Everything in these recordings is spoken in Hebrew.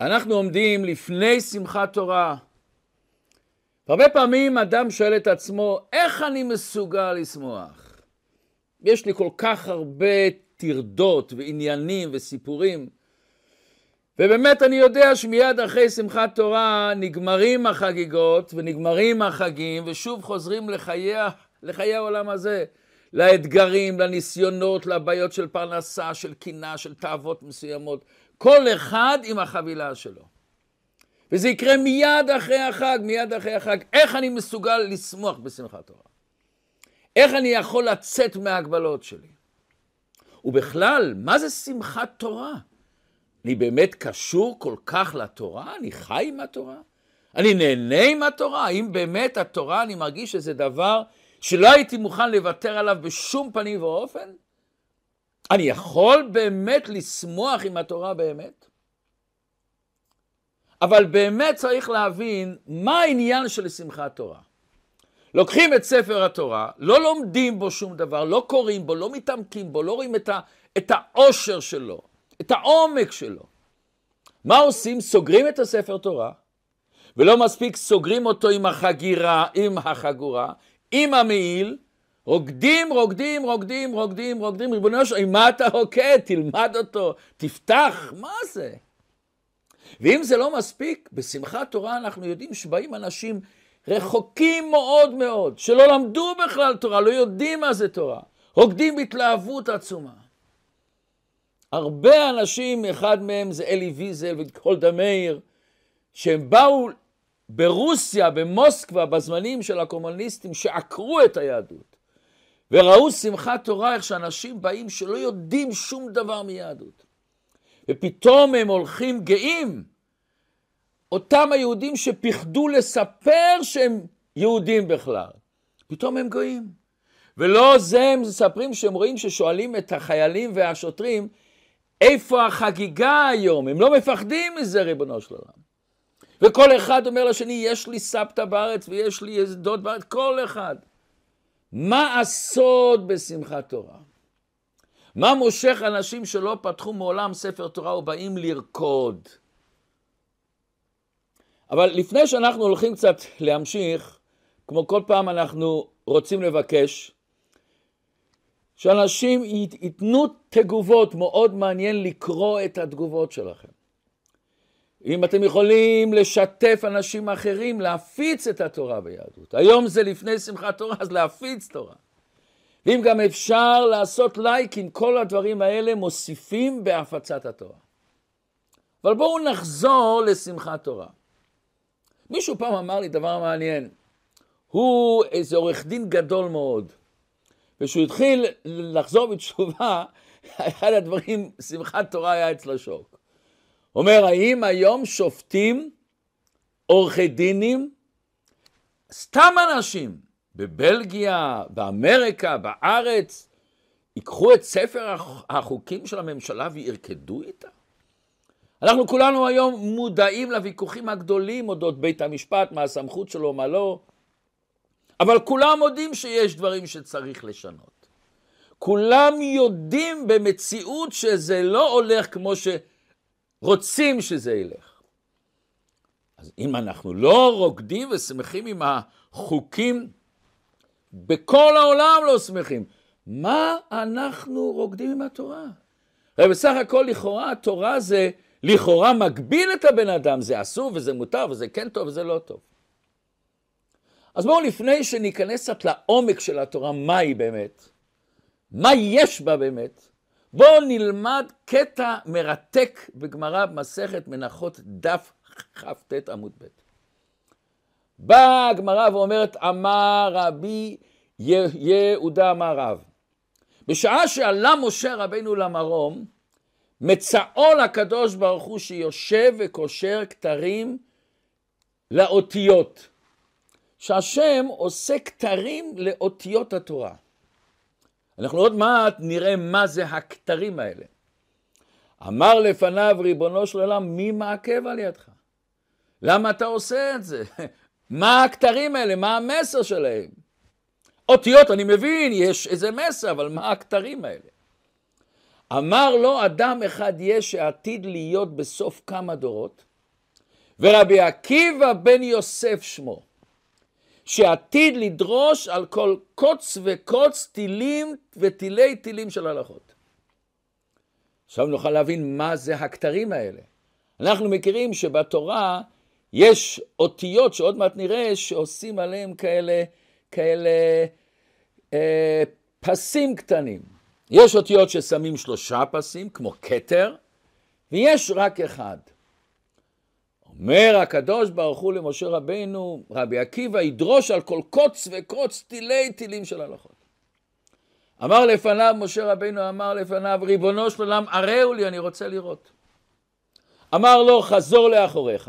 אנחנו עומדים לפני שמחת תורה. הרבה פעמים אדם שואל את עצמו, איך אני מסוגל לשמוח? יש לי כל כך הרבה תרדות ועניינים וסיפורים, ובאמת אני יודע שמיד אחרי שמחת תורה נגמרים החגיגות ונגמרים החגים, ושוב חוזרים לחיי העולם הזה, לאתגרים, לניסיונות, לבעיות של פרנסה, של קינה, של תאוות מסוימות, כל אחד עם החבילה שלו. וזה יקרה מיד אחרי החג, מיד אחרי החג. איך אני מסוגל לשמוח בשמחת תורה? איך אני יכול לצאת מההגבלות שלי? ובכלל, מה זה שמחת תורה? אני באמת קשור כל כך לתורה? אני חי עם התורה? אני נהנה עם התורה? האם באמת התורה, אני מרגיש שזה דבר שלא הייתי מוכן לוותר עליו בשום פנים ואופן? אני יכול באמת לשמוח עם התורה באמת? אבל באמת צריך להבין מה העניין של שמחת תורה. לוקחים את ספר התורה, לא לומדים בו שום דבר, לא קוראים בו, לא מתעמקים בו, לא רואים את העושר שלו, את העומק שלו. מה עושים? סוגרים את הספר תורה, ולא מספיק סוגרים אותו עם החגורה, עם המעיל, רוקדים, ריבונו של עולם, מה אתה רוקד? תלמד אותו, תפתח, מה זה? ואם זה לא מספיק, בשמחת תורה אנחנו יודעים שבאים אנשים רחוקים מאוד מאוד, שלא למדו בכלל תורה, לא יודעים מה זה תורה, רוקדים בהתלהבות עצומה. הרבה אנשים, אחד מהם זה אלי ויזל וגולדה מאיר, שהם באו ברוסיה, במוסקבה, בזמנים של הקומוניסטים שעקרו את היהדות, וראו שמחת תורה, איך שאנשים באים שלא יודעים שום דבר מיהדות. ופתאום הם הולכים גאים, אותם היהודים שפחדו לספר שהם יהודים בכלל, פתאום הם גאים. ולא זה, הם מספרים שהם רואים ששואלים את החיילים והשוטרים, איפה החגיגה היום? הם לא מפחדים מזה, ריבונו של עולם. וכל אחד אומר לשני, יש לי סבתא בארץ ויש לי איזה דוד בארץ, כל אחד. מה הסוד בשמחת תורה? מה מושך אנשים שלא פתחו מעולם ספר תורה ובאים לרקוד? אבל לפני שאנחנו הולכים קצת להמשיך, כמו כל פעם אנחנו רוצים לבקש, שאנשים ייתנו תגובות, מאוד מעניין לקרוא את התגובות שלכם. אם אתם יכולים לשתף אנשים אחרים, להפיץ את התורה ביהדות. היום זה לפני שמחת תורה, אז להפיץ תורה. ואם גם אפשר לעשות לייקים, כל הדברים האלה מוסיפים בהפצת התורה. אבל בואו נחזור לשמחת תורה. מישהו פעם אמר לי דבר מעניין. הוא איזה עורך דין גדול מאוד. ושהוא התחיל לחזור בתשובה, אחד הדברים, שמחת תורה היה אצלו שוק. אומר, האם היום שופטים, עורכי דינים, סתם אנשים, בבלגיה, באמריקה, בארץ, ייקחו את ספר החוקים של הממשלה וירקדו איתה? אנחנו כולנו היום מודעים לוויכוחים הגדולים, אודות בית המשפט, מה הסמכות שלו, מה לא. אבל כולם יודעים שיש דברים שצריך לשנות. כולם יודעים במציאות שזה לא הולך כמו שרוצים שזה ילך. אז אם אנחנו לא רוקדים ושמחים עם החוקים, בכל העולם לא שמחים. מה אנחנו רוקדים עם התורה? הרי בסך הכל לכאורה, התורה זה לכאורה מגביל את הבן אדם, זה אסור וזה מותר וזה כן טוב וזה לא טוב. אז בואו לפני שניכנס קצת לעומק של התורה, מה היא באמת? מה יש בה באמת? בואו נלמד קטע מרתק בגמרא במסכת מנחות דף כ"ט עמוד ב'. באה הגמרא ואומרת, אמר רבי יהודה אמר רב, בשעה שעלה משה רבינו למרום, מצאו לקדוש ברוך הוא שיושב וקושר כתרים לאותיות. שהשם עושה כתרים לאותיות התורה. אנחנו עוד מעט נראה מה זה הכתרים האלה. אמר לפניו ריבונו של עולם, מי מעכב על ידך? למה אתה עושה את זה? מה הכתרים האלה? מה המסר שלהם? אותיות, אני מבין, יש איזה מסר, אבל מה הכתרים האלה? אמר לו, אדם אחד יש שעתיד להיות בסוף כמה דורות, ורבי עקיבא בן יוסף שמו, שעתיד לדרוש על כל קוץ וקוץ טילים וטילי טילים של הלכות. עכשיו נוכל להבין מה זה הכתרים האלה. אנחנו מכירים שבתורה יש אותיות שעוד מעט נראה שעושים עליהם כאלה פסים קטנים. יש אותיות ששמים 3 פסים כמו כתר, ויש רק אחד. אומר הקדוש ברוך הוא למשה רבינו, רבי עקיבא ידרוש על כל קוץ וקוץ טילי טילים של הלכות. אמר לפניו, משה רבינו אמר לפניו, ריבונו של עולם, הראו לי, אני רוצה לראות. אמר לו, חזור לאחוריך,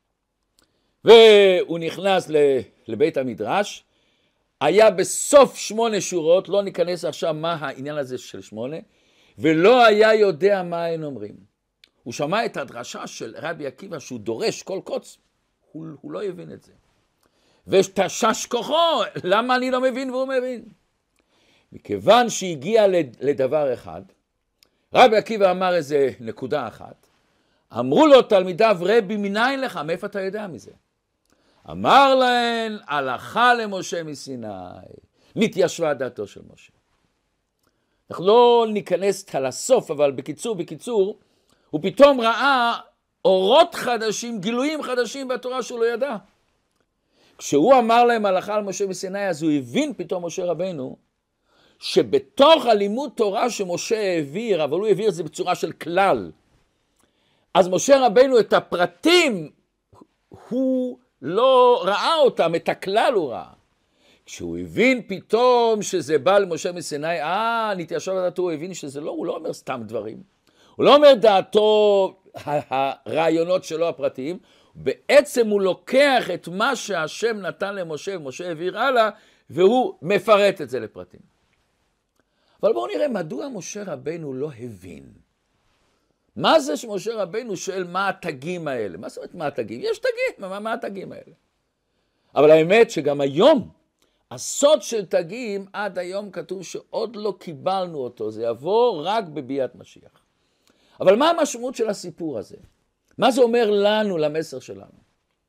והוא נכנס לבית המדרש, היה בסוף 8 שורות, לא ניכנס עכשיו מה העניין הזה של 8, ולא היה יודע מה הם אומרים. הוא שמע את הדרשה של רבי עקיבא שהוא דורש כל קוץ, הוא לא הבין את זה. ותשש כוחו, למה אני לא מבין והוא מבין? מכיוון שהגיע לדבר אחד, רבי עקיבא אמר איזה נקודה אחת, אמרו לו תלמידיו, רבי מניין לך, מאיפה אתה יודע מזה? אמר להן, הלכה למשה מסיני, נתיישבה דעתו של משה. אנחנו לא ניכנס לסוף, אבל בקיצור, הוא פתאום ראה אורות חדשים, גילויים חדשים בתורה שהוא לא ידע. כשהוא אמר להם הלכה על משה מסיני, אז הוא הבין פתאום משה רבינו, שבתוך הלימוד תורה שמשה העביר, אבל הוא העביר את זה בצורה של כלל. אז משה רבינו את הפרטים, הוא לא ראה אותם, את הכלל הוא ראה. כשהוא הבין פתאום שזה בא למשה מסיני, נתיישב לדעתו, הוא הבין שזה לא, הוא לא אומר סתם דברים. הוא לא אומר דעתו, הרעיונות שלו הפרטיים, בעצם הוא לוקח את מה שהשם נתן למשה, ומשה העביר הלאה, והוא מפרט את זה לפרטים. אבל בואו נראה מדוע משה רבינו לא הבין. מה זה שמשה רבינו שואל מה התגים האלה? מה זאת אומרת מה התגים? יש תגים, מה התגים האלה? אבל האמת שגם היום, הסוד של תגים, עד היום כתוב שעוד לא קיבלנו אותו, זה יבוא רק בביאת משיח. אבל מה המשמעות של הסיפור הזה? מה זה אומר לנו, למסר שלנו?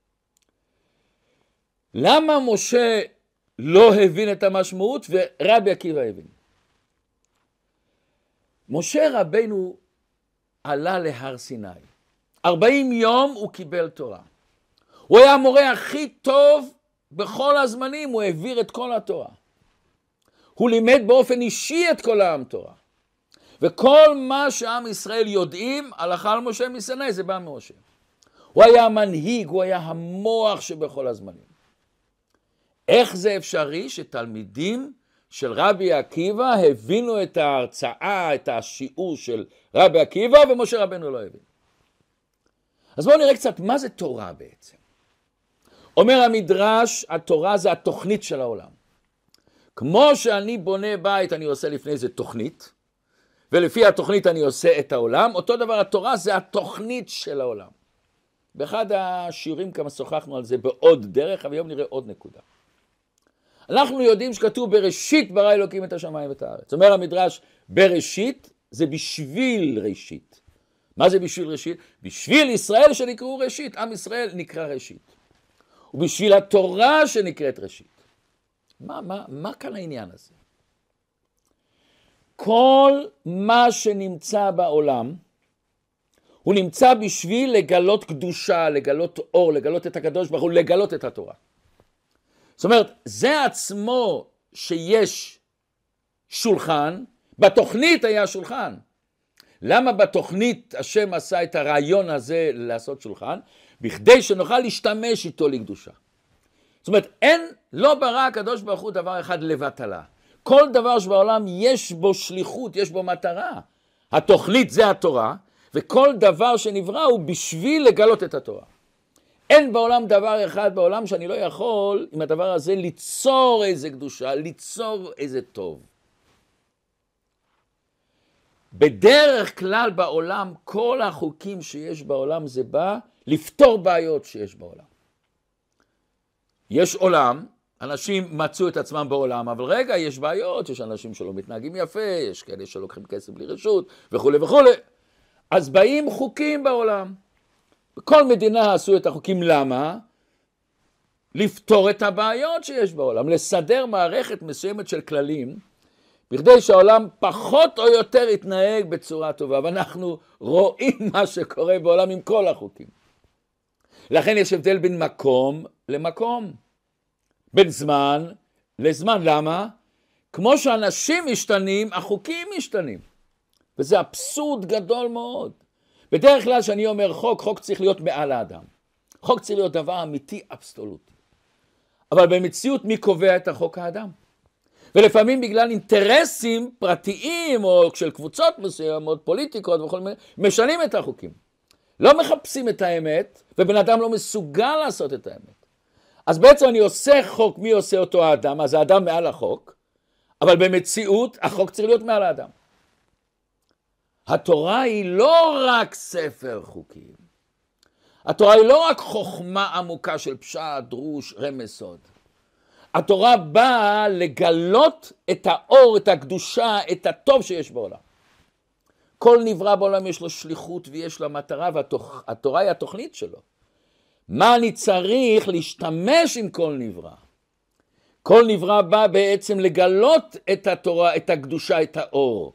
למה משה לא הבין את המשמעות ורבי עקיבא הבין? משה רבינו עלה להר סיני. 40 יום הוא קיבל תורה. הוא היה המורה הכי טוב בכל הזמנים, הוא העביר את כל התורה. הוא לימד באופן אישי את כל העם תורה. וכל מה שעם ישראל יודעים, הלכה על משה מסיני, זה בא ממשה. הוא היה המנהיג, הוא היה המוח שבכל הזמנים. איך זה אפשרי שתלמידים של רבי עקיבא הבינו את ההרצאה, את השיעור של רבי עקיבא, ומשה רבינו לא הבין? אז בואו נראה קצת מה זה תורה בעצם. אומר המדרש, התורה זה התוכנית של העולם. כמו שאני בונה בית, אני עושה לפני זה תוכנית, ולפי התוכנית אני עושה את העולם, אותו דבר התורה זה התוכנית של העולם. באחד השיעורים כמה שוחחנו על זה בעוד דרך, אבל היום נראה עוד נקודה. אנחנו יודעים שכתוב בראשית ברא אלוקים את השמיים ואת הארץ. אומר המדרש, בראשית זה בשביל ראשית. מה זה בשביל ראשית? בשביל ישראל שנקראו ראשית, עם ישראל נקרא ראשית. ובשביל התורה שנקראת ראשית. מה כאן העניין הזה? כל מה שנמצא בעולם, הוא נמצא בשביל לגלות קדושה, לגלות אור, לגלות את הקדוש ברוך הוא, לגלות את התורה. זאת אומרת, זה עצמו שיש שולחן, בתוכנית היה שולחן. למה בתוכנית השם עשה את הרעיון הזה לעשות שולחן? בכדי שנוכל להשתמש איתו לקדושה. זאת אומרת, לא ברא הקדוש ברוך הוא דבר אחד לבטלה. כל דבר שבעולם יש בו שליחות, יש בו מטרה. התוכנית זה התורה, וכל דבר שנברא הוא בשביל לגלות את התורה. אין בעולם דבר אחד בעולם שאני לא יכול עם הדבר הזה ליצור איזה קדושה, ליצור איזה טוב. בדרך כלל בעולם, כל החוקים שיש בעולם זה בא לפתור בעיות שיש בעולם. יש עולם, אנשים מצאו את עצמם בעולם, אבל רגע, יש בעיות, יש אנשים שלא מתנהגים יפה, יש כאלה שלוקחים כסף בלי רשות, וכו' וכו'. אז באים חוקים בעולם. בכל מדינה עשו את החוקים, למה? לפתור את הבעיות שיש בעולם, לסדר מערכת מסוימת של כללים, בכדי שהעולם פחות או יותר יתנהג בצורה טובה, ואנחנו רואים מה שקורה בעולם עם כל החוקים. לכן יש הבדל בין מקום למקום, בין זמן לזמן. למה? כמו שאנשים משתנים, החוקים משתנים. וזה אבסורד גדול מאוד. בדרך כלל שאני אומר חוק צריך להיות מעל האדם. חוק צריך להיות דבר אמיתי, אבסולוטי. אבל במציאות מי קובע את החוק? האדם. ולפעמים בגלל אינטרסים פרטיים או של קבוצות מסוימות, פוליטיקות וכל מיני, משנים את החוקים. לא מחפשים את האמת, ובן אדם לא מסוגל לעשות את האמת. אז בעצם אני עושה חוק, מי עושה אותו? האדם, אז האדם מעל החוק, אבל במציאות החוק צריך להיות מעל האדם. התורה היא לא רק ספר חוקים. התורה היא לא רק חוכמה עמוקה של פשט, דרוש, רמז, סוד. התורה באה לגלות את האור, את הקדושה, את הטוב שיש בעולם. כל נברא בעולם יש לו שליחות ויש לו מטרה, והתורה היא התוכנית שלו. מה אני צריך להשתמש עם כל נברא? כל נברא בא בעצם לגלות את התורה, את הקדושה, את האור.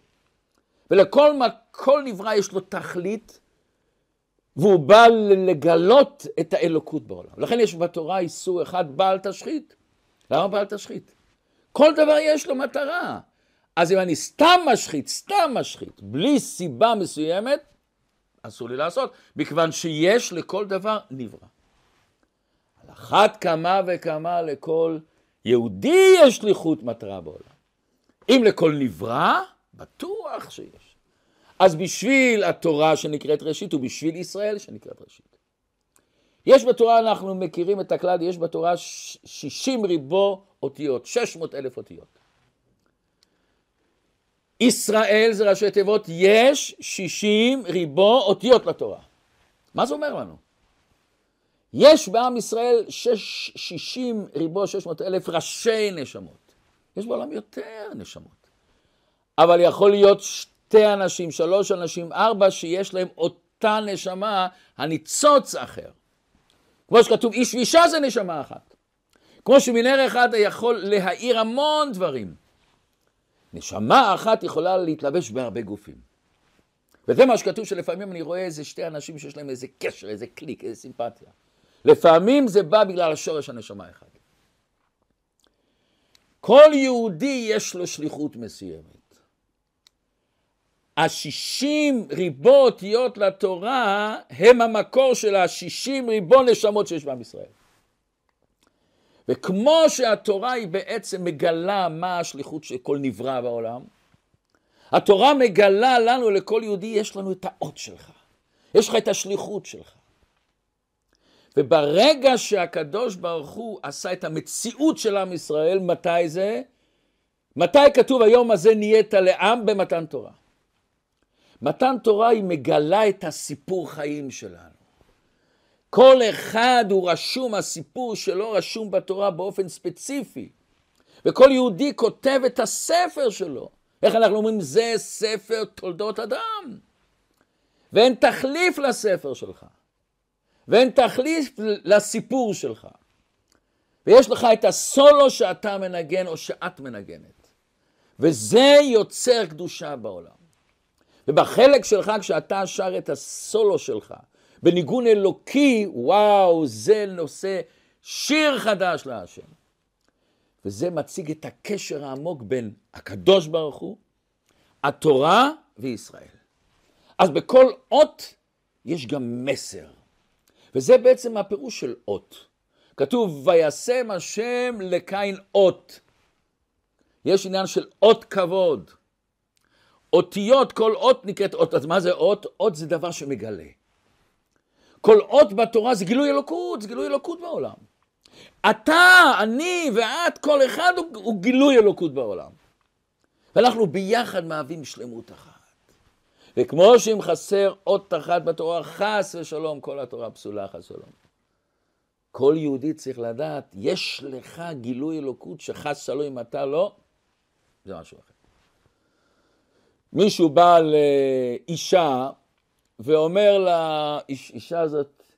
כל נברא יש לו תכלית, והוא בא לגלות את האלוקות בעולם. לכן יש בתורה איסור אחד, בל תשחית. למה בל תשחית? כל דבר יש לו מטרה. אז אם אני סתם משחית, בלי סיבה מסוימת, אסור לי לעשות, מכיוון שיש לכל דבר נברא. על אחת כמה וכמה לכל יהודי יש שליחות מטרה בעולם. אם לכל נברא, בטוח שיש. אז בשביל התורה שנקראת ראשית, ובשביל ישראל שנקראת ראשית. יש בתורה, אנחנו מכירים את הכלל, יש בתורה 60 ריבו אותיות, 600,000 אותיות. ישראל זה ראשי תיבות, יש 60 ריבו אותיות לתורה. מה זה אומר לנו? יש בעם ישראל 60 ריבו 600,000 ראשי נשמות. יש בעולם יותר נשמות. אבל יכול להיות 2 אנשים, 3 אנשים, 4 שיש להם אותה נשמה, הניצוץ אחר. כמו שכתוב, איש ואישה זה נשמה אחת. כמו שמנר אחד יכול להאיר המון דברים. נשמה אחת יכולה להתלבש בהרבה גופים. וזה מה שכתוב שלפעמים אני רואה איזה 2 אנשים שיש להם איזה קשר, איזה קליק, איזה סימפתיה. לפעמים זה בא בגלל השורש הנשמה אחד. כל יהודי יש לו שליחות מסוימת. 60 ריבו אותיות לתורה הם המקור של 60 ריבו נשמות שיש בעם ישראל. וכמו שהתורה היא בעצם מגלה מה השליחות של כל נברא בעולם, התורה מגלה לנו, לכל יהודי, יש לנו את האות שלך. יש לך את השליחות שלך. וברגע שהקדוש ברוך הוא עשה את המציאות של עם ישראל, מתי זה? מתי כתוב היום הזה נהיית לעם? במתן תורה. מתן תורה היא מגלה את הסיפור חיים שלנו. כל אחד הוא רשום, הסיפור שלו רשום בתורה באופן ספציפי. וכל יהודי כותב את הספר שלו. איך אנחנו אומרים? זה ספר תולדות אדם. ואין תחליף לספר שלך. ואין תחליף לסיפור שלך. ויש לך את הסולו שאתה מנגן או שאת מנגנת. וזה יוצר קדושה בעולם. ובחלק שלך כשאתה שר את הסולו שלך, בניגון אלוקי, וואו, זה נושא שיר חדש להשם. וזה מציג את הקשר העמוק בין הקדוש ברוך הוא, התורה וישראל. אז בכל אות יש גם מסר. וזה בעצם הפירוש של אות. כתוב, וישם השם לקין אות. יש עניין של אות כבוד. אותיות, כל אות נקראת אות. אז מה זה אות? אות זה דבר שמגלה. כל אות בתורה זה גילוי אלוקות, זה גילוי אלוקות בעולם. אתה, אני ואת, כל אחד הוא גילוי אלוקות בעולם. ואנחנו ביחד מהווים שלמות אחת. וכמו שאם חסר אות אחת בתורה, חס ושלום, כל התורה פסולה, חס ושלום. כל יהודי צריך לדעת, יש לך גילוי אלוקות שחס ושלום אם אתה לא, זה משהו אחר. מישהו בא לאישה ואומר לאישה הזאת,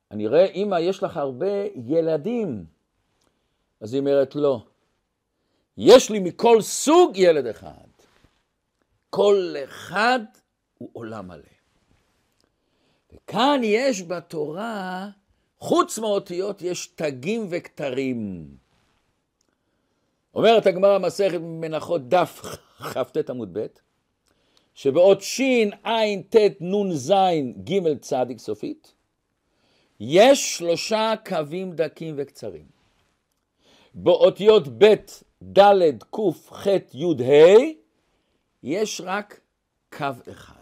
אני רואה, אמא, יש לך הרבה ילדים. אז היא אומרת, לא. יש לי מכל סוג ילד אחד. כל אחד הוא עולם מלא. וכאן יש בתורה, חוץ מאותיות, יש תגים וכתרים. אומרת הגמרא מסכת מנחות דף כ"ט עמוד ב', שבאות שין, עין, תת, נון, זין, ג' צדיק סופית, יש 3 קווים דקים וקצרים. באותיות ב', ד', ק', ח', י', ה', יש רק קו אחד.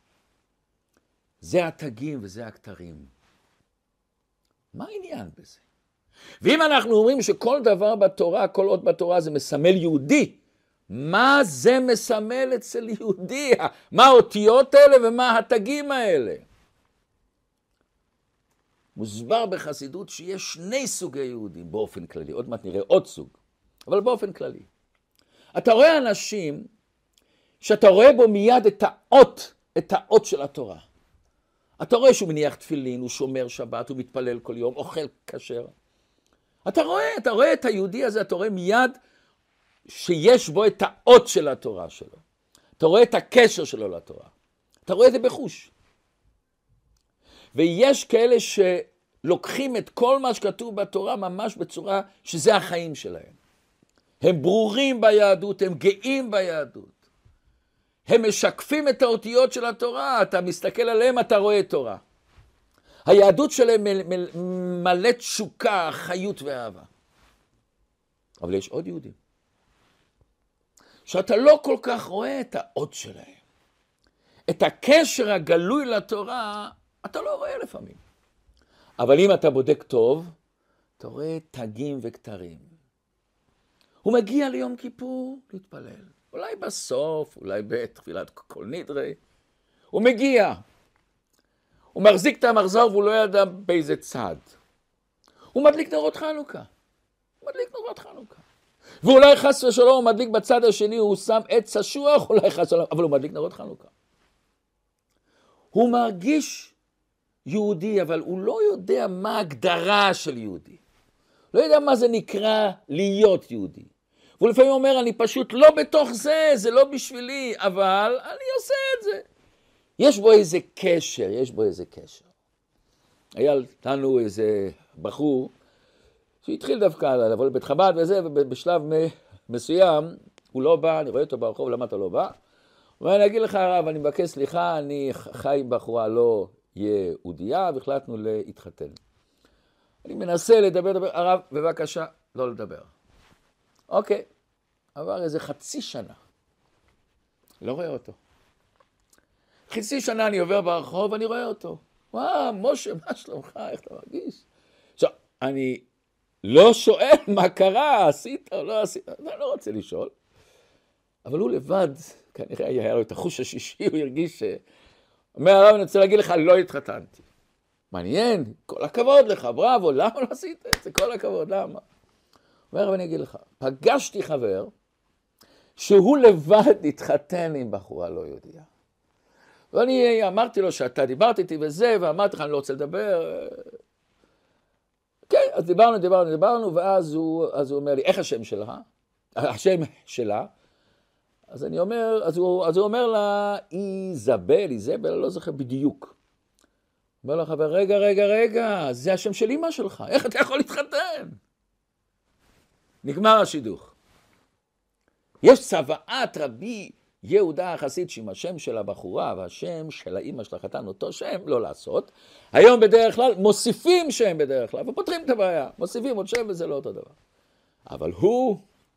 זה התגים וזה הכתרים. מה העניין בזה? ואם אנחנו אומרים שכל דבר בתורה, כל אות בתורה זה מסמל יהודי, מה זה מסמל אצל יהודי? מה האותיות האלה ומה התגים האלה? מוסבר בחסידות שיש 2 סוגי יהודים באופן כללי, עוד מעט נראה עוד סוג, אבל באופן כללי. אתה רואה אנשים שאתה רואה בו מיד את האות של התורה. אתה רואה שהוא מניח תפילין, הוא שומר שבת, הוא מתפלל כל יום, אוכל כשר. אתה רואה את היהודי הזה, אתה רואה מיד שיש בו את האות של התורה שלו. אתה רואה את הקשר שלו לתורה. אתה רואה את זה בחוש. ויש כאלה שלוקחים את כל מה שכתוב בתורה ממש בצורה שזה החיים שלהם. הם ברורים ביהדות, הם גאים ביהדות. הם משקפים את האותיות של התורה, אתה מסתכל עליהם, אתה רואה תורה. היהדות שלהם מלאת תשוקה, חיות ואהבה. אבל יש עוד יהודים, שאתה לא כל כך רואה את האות שלהם. את הקשר הגלוי לתורה, אתה לא רואה לפעמים. אבל אם אתה בודק טוב, אתה רואה תגים וכתרים. הוא מגיע ליום כיפור להתפלל. אולי בסוף, אולי בתפילת כל נדרי. הוא מגיע. הוא מחזיק את המחזור והוא לא ידע באיזה צד. הוא מדליק נרות חנוכה. ואולי חס ושלום הוא מדליק בצד השני, הוא שם עץ אשוח, אולי חס ושלום, אבל הוא מדליק נרות חנוכה. הוא מרגיש יהודי, אבל הוא לא יודע מה ההגדרה של יהודי. לא יודע מה זה נקרא להיות יהודי. והוא לפעמים אומר, אני פשוט לא בתוך זה, זה לא בשבילי, אבל אני עושה את זה. יש בו איזה קשר, היה לנו איזה בחור, שהתחיל דווקא לבוא לבית חב"ד וזה, ובשלב מסוים, הוא לא בא, אני רואה אותו ברחוב, למה אתה לא בא? הוא אומר, אני אגיד לך הרב, אני מבקש סליחה, אני חי עם בחורה לא יהודייה, והחלטנו להתחתן. אני מנסה לדבר, הרב, בבקשה, לא לדבר. אוקיי, עבר איזה חצי שנה, לא רואה אותו. חצי שנה אני עובר ברחוב ואני רואה אותו. וואו, משה, מה שלומך? איך אתה מרגיש? עכשיו, אני לא שואל מה קרה, עשית או לא עשית, אני לא רוצה לשאול. אבל הוא לבד, כנראה היה לו את החוש השישי, הוא הרגיש ש... אומר הרב, אני רוצה להגיד לך, לא התחתנתי. מעניין, כל הכבוד לך, בראבו, למה לא עשית את זה? כל הכבוד, למה? אומר הרב, אני אגיד לך, פגשתי חבר שהוא לבד התחתן עם בחורה לא יהודייה. ואני אמרתי לו שאתה דיברת איתי וזה, ואמרתי לך, אני לא רוצה לדבר. כן, אז דיברנו, ואז הוא אומר לי, איך השם שלה? השם שלה. אז אני אומר, אז הוא אומר לה, איזבל, לא זוכר בדיוק. אומר לה, חבר, רגע, זה השם של אמא שלך, איך אתה יכול להתחתן? נגמר השידוך. יש צוואת רבי יהודה החסיד שעם השם של הבחורה והשם של האמא של החתן אותו שם, לא לעשות. היום בדרך כלל מוסיפים שם בדרך כלל ופותרים את הבעיה. מוסיפים עוד שם וזה לא אותו דבר. אבל הוא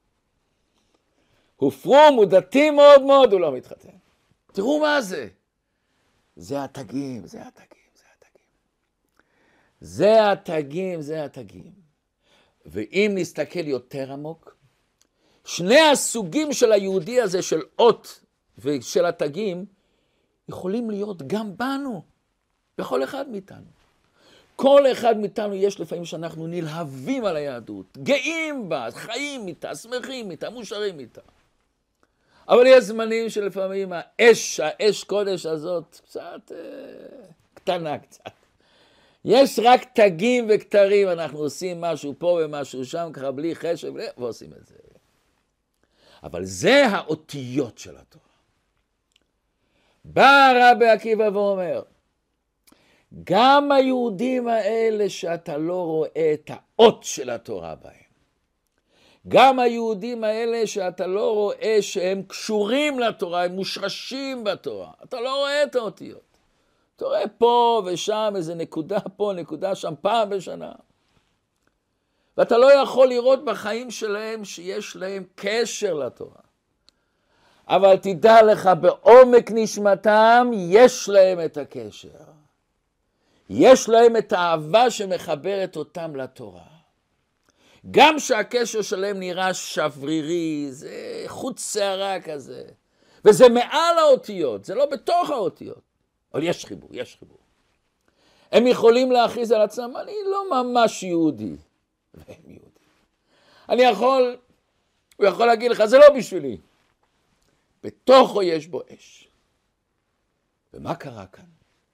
פרום, הוא דתי מאוד מאוד, הוא לא מתחתן. תראו מה זה. זה התגים. ואם נסתכל יותר עמוק, שני הסוגים של היהודי הזה, של אות ושל התגים, יכולים להיות גם בנו, בכל אחד מאיתנו. כל אחד מאיתנו יש לפעמים שאנחנו נלהבים על היהדות, גאים בה, חיים איתה, שמחים איתה, מושרים איתה. אבל יש זמנים שלפעמים האש קודש הזאת קצת קטנה קצת. יש רק תגים וכתרים, אנחנו עושים משהו פה ומשהו שם, ככה בלי חשב, ועושים את זה. אבל זה האותיות של התורה. בא רבי עקיבא ואומר, גם היהודים האלה שאתה לא רואה את האות של התורה בהם, גם היהודים האלה שאתה לא רואה שהם קשורים לתורה, הם מושרשים בתורה, אתה לא רואה את האותיות. אתה רואה פה ושם איזה נקודה פה, נקודה שם, פעם בשנה. ואתה לא יכול לראות בחיים שלהם שיש להם קשר לתורה. אבל תדע לך, בעומק נשמתם יש להם את הקשר. יש להם את האהבה שמחברת אותם לתורה. גם שהקשר שלהם נראה שברירי, זה חוץ שערה כזה. וזה מעל האותיות, זה לא בתוך האותיות. אבל יש חיבור, יש חיבור. הם יכולים להכריז על עצמם, אני לא ממש יהודי. והם יהודים. הוא יכול להגיד לך, זה לא בשבילי. בתוכו יש בו אש. ומה קרה כאן?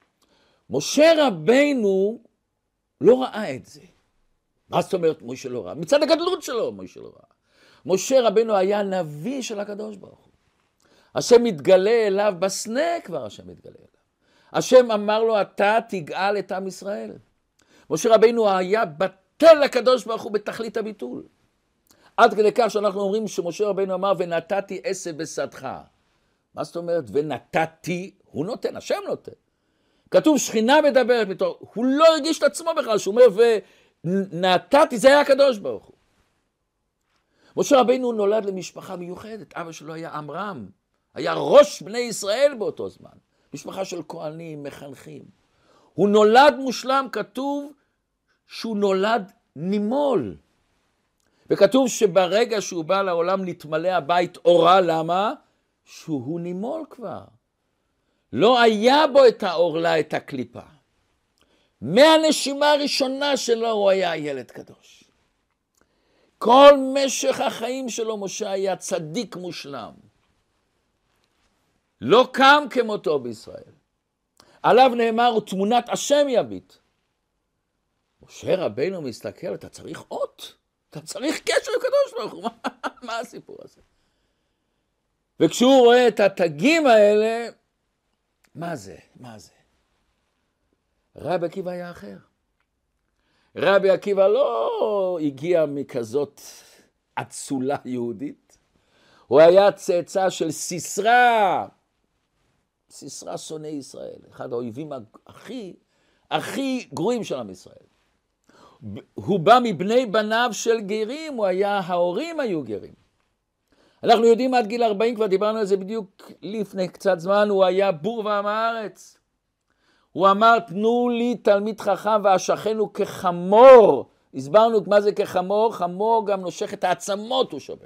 משה רבינו לא ראה את זה. מה זאת אומרת משה לא ראה? מצד הגדלות שלו משה לא ראה. משה רבינו היה נביא של הקדוש ברוך הוא. השם מתגלה אליו בסנה כבר, השם מתגלה אליו. השם אמר לו, אתה תגאל את עם ישראל. משה רבינו היה בטל לקדוש ברוך הוא בתכלית הביטול. עד כדי כך שאנחנו אומרים שמשה רבינו אמר, ונתתי עשב בשדך. מה זאת אומרת? ונתתי, הוא נותן, השם נותן. כתוב שכינה מדברת מתוך, הוא לא הרגיש את עצמו בכלל, שהוא אומר, ונתתי, זה היה הקדוש ברוך הוא. משה רבינו נולד למשפחה מיוחדת, אבא שלו היה עמרם, היה ראש בני ישראל באותו זמן, משפחה של כהנים, מחנכים. הוא נולד מושלם, כתוב שהוא נולד נימול. וכתוב שברגע שהוא בא לעולם נתמלא הבית אורה, למה? שהוא נימול כבר. לא היה בו את האורלה, את הקליפה. מהנשימה הראשונה שלו הוא היה ילד קדוש. כל משך החיים שלו משה היה צדיק מושלם. לא קם כמותו בישראל. עליו נאמר, תמונת השם יביט. משה רבינו מסתכל, אתה צריך אות. אתה צריך קשר עם קדוש ברוך הוא. מה הסיפור הזה? וכשהוא רואה את התגים האלה, מה זה? מה זה? רבי עקיבא היה אחר. רבי עקיבא לא הגיע מכזאת אצולה יהודית. הוא היה צאצא של סיסרא. סיסרא שונא ישראל. אחד האויבים הכי גרועים של עם ישראל. הוא בא מבני בניו של גרים, ההורים היו גרים. אנחנו יודעים עד גיל 40, כבר דיברנו על זה בדיוק לפני קצת זמן, הוא היה בור ועם הארץ. הוא אמר, תנו לי תלמיד חכם ואשכנו כחמור. הסברנו מה זה כחמור, חמור גם נושך את העצמות, הוא שובר.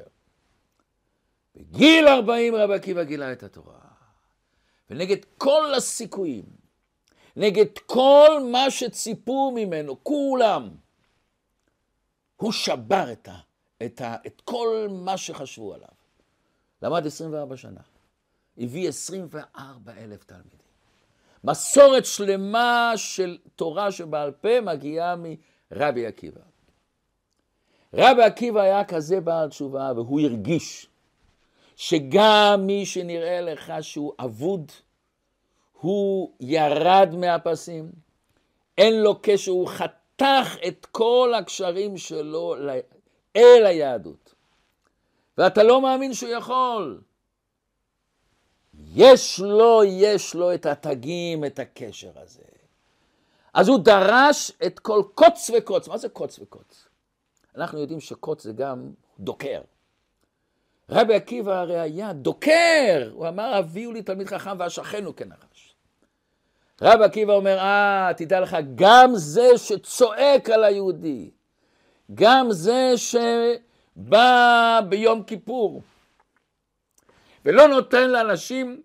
בגיל 40 רבי עקיבא גילה את התורה. ונגד כל הסיכויים, נגד כל מה שציפו ממנו, כולם, הוא שבר את כל מה שחשבו עליו. למד 24 שנה. הביא 24,000 תלמידים. מסורת שלמה של תורה שבעל פה מגיעה מרבי עקיבא. רבי עקיבא היה כזה בעל תשובה, והוא הרגיש שגם מי שנראה לך שהוא אבוד, הוא ירד מהפסים, אין לו קשר, הוא חתך את כל הקשרים שלו אל היהדות. ואתה לא מאמין שהוא יכול. יש לו את התגים, את הקשר הזה. אז הוא דרש את כל קוץ וקוץ. מה זה קוץ וקוץ? אנחנו יודעים שקוץ זה גם דוקר. רבי עקיבא הרי היה דוקר. הוא אמר, הביאו לי תלמיד חכם ואשכנו כנחש. רבי עקיבא אומר, תדע לך, גם זה שצועק על היהודי, גם זה שבא ביום כיפור, ולא נותן לאנשים